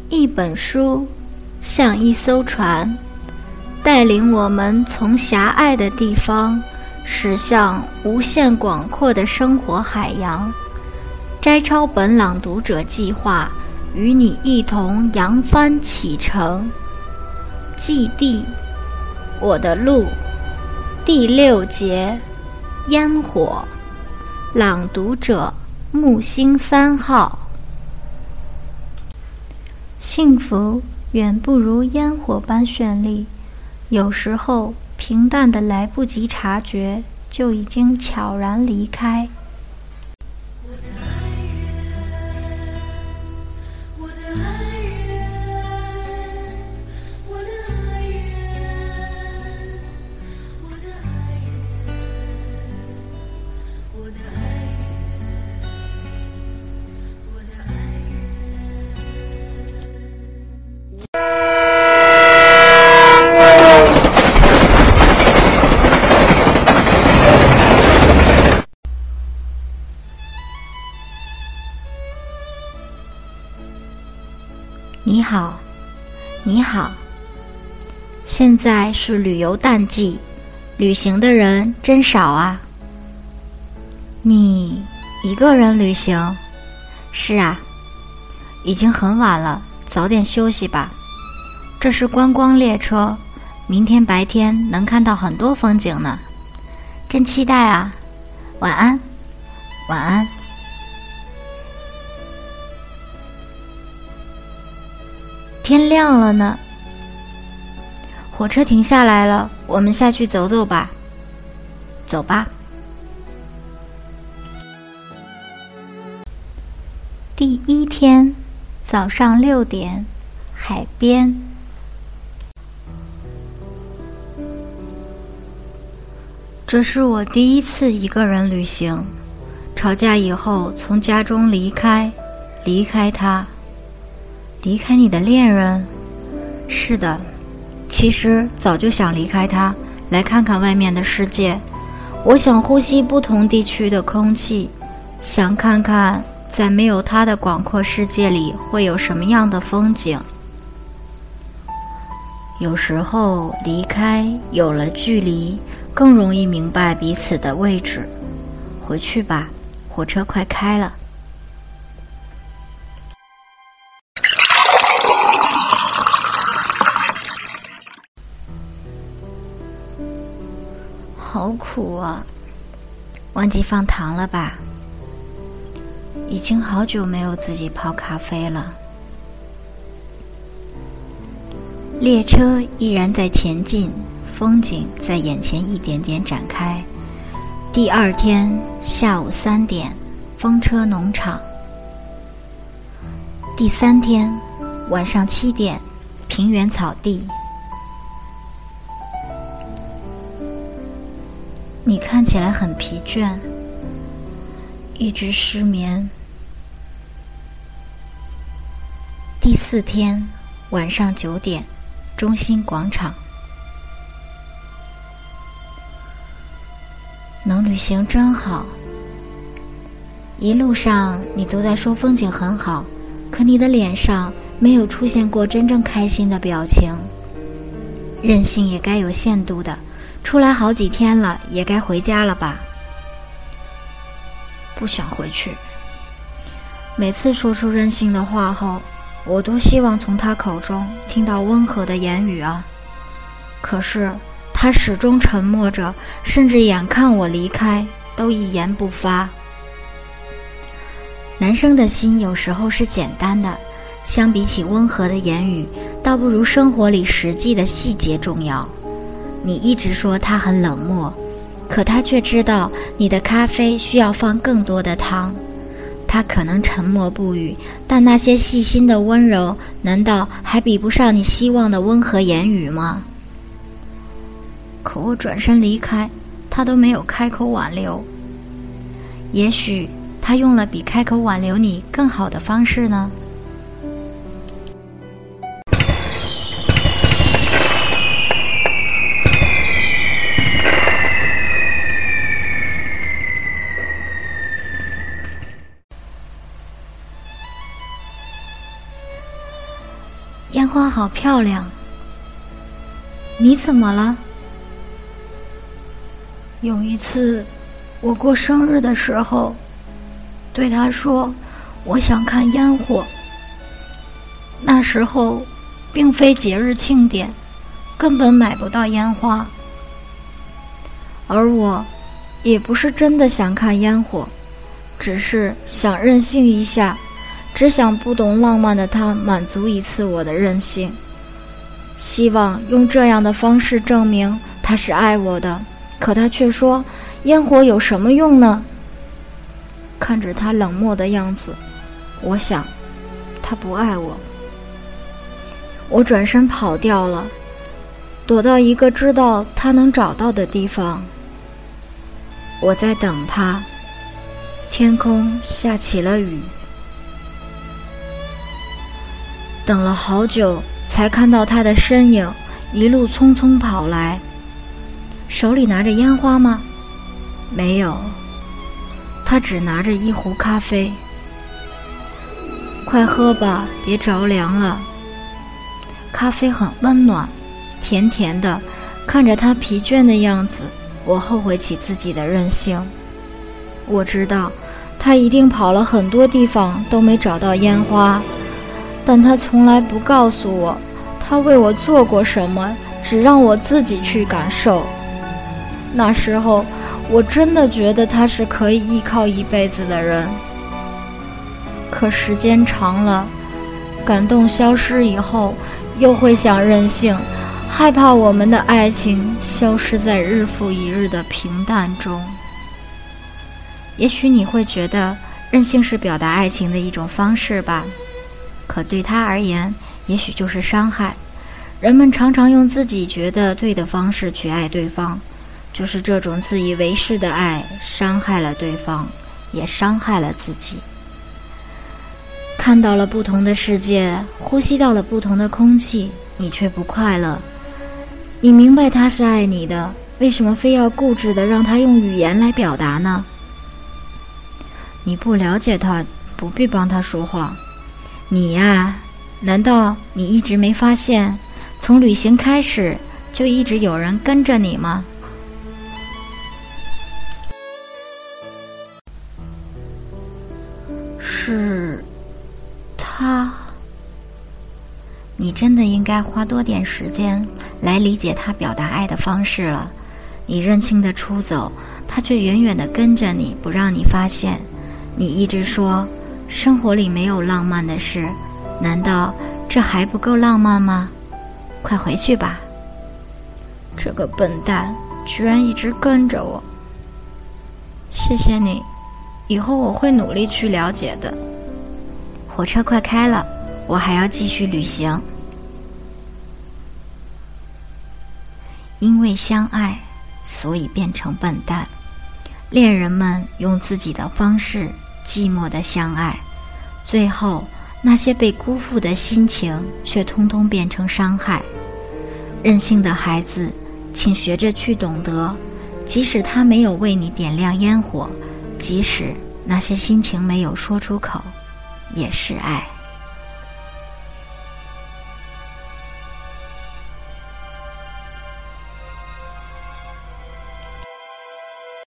一本书像一艘船，带领我们从狭隘的地方驶向无限广阔的生活海洋。摘抄本朗读者计划与你一同扬帆启程。祭地，我的路，第6节，烟火。朗读者木星3号。幸福远不如烟火般绚丽，有时候平淡的来不及察觉，就已经悄然离开。你好，你好。现在是旅游淡季，旅行的人真少啊。你一个人旅行？是啊，已经很晚了，早点休息吧。这是观光列车，明天白天能看到很多风景呢，真期待啊。晚安，晚安。天亮了呢，火车停下来了，我们下去走走吧。走吧。第1天，早上6点，海边。这是我第1次一个人旅行，吵架以后从家中离开他。离开你的恋人？是的，其实早就想离开他，来看看外面的世界。我想呼吸不同地区的空气，想看看在没有他的广阔世界里会有什么样的风景。有时候离开，有了距离，更容易明白彼此的位置。回去吧，火车快开了。好苦啊，忘记放糖了吧？已经好久没有自己泡咖啡了。列车依然在前进，风景在眼前一点点展开。第2天下午3点，风车农场。第3天晚上7点，平原草地。你看起来很疲倦，一直失眠。第4天晚上9点，中心广场。能旅行真好。一路上你都在说风景很好，可你的脸上没有出现过真正开心的表情。任性也该有限度的，出来好几天了，也该回家了吧？不想回去。每次说出任性的话后，我多希望从他口中听到温和的言语啊。可是他始终沉默着，甚至眼看我离开都一言不发。男生的心有时候是简单的，相比起温和的言语，倒不如生活里实际的细节重要。你一直说他很冷漠，可他却知道你的咖啡需要放更多的汤。他可能沉默不语，但那些细心的温柔，难道还比不上你希望的温和言语吗？可我转身离开，他都没有开口挽留。也许他用了比开口挽留你更好的方式呢？ 烟花好漂亮。你怎么了？有一次，我过生日的时候，对他说，我想看烟火。那时候，并非节日庆典，根本买不到烟花。而我，也不是真的想看烟火，只是想任性一下，只想不懂浪漫的他满足一次我的任性，希望用这样的方式证明他是爱我的。可他却说，烟火有什么用呢？看着他冷漠的样子，我想，他不爱我。我转身跑掉了，躲到一个知道他能找到的地方。我在等他，天空下起了雨。等了好久，才看到他的身影，一路匆匆跑来。手里拿着烟花吗？没有，他只拿着一壶咖啡。快喝吧，别着凉了。咖啡很温暖，甜甜的。看着他疲倦的样子，我后悔起自己的任性。我知道，他一定跑了很多地方都没找到烟花，但他从来不告诉我，他为我做过什么，只让我自己去感受。那时候，我真的觉得他是可以依靠一辈子的人。可时间长了，感动消失以后，又会想任性，害怕我们的爱情消失在日复一日的平淡中。也许你会觉得任性是表达爱情的一种方式吧，可对他而言，也许就是伤害。人们常常用自己觉得对的方式去爱对方，就是这种自以为是的爱，伤害了对方，也伤害了自己。看到了不同的世界，呼吸到了不同的空气，你却不快乐。你明白他是爱你的，为什么非要固执地让他用语言来表达呢？你不了解他，不必帮他说话。你呀，难道你一直没发现，从旅行开始就一直有人跟着你吗？是他。你真的应该花多点时间来理解他表达爱的方式了。你任性的出走，他却远远地跟着你，不让你发现。你一直说生活里没有浪漫的事，难道这还不够浪漫吗？快回去吧。这个笨蛋居然一直跟着我。谢谢你，以后我会努力去了解的。火车快开了，我还要继续旅行。因为相爱，所以变成笨蛋。恋人们用自己的方式寂寞地相爱，最后那些被辜负的心情却通通变成伤害。任性的孩子，请学着去懂得，即使他没有为你点亮烟火，即使那些心情没有说出口，也是爱。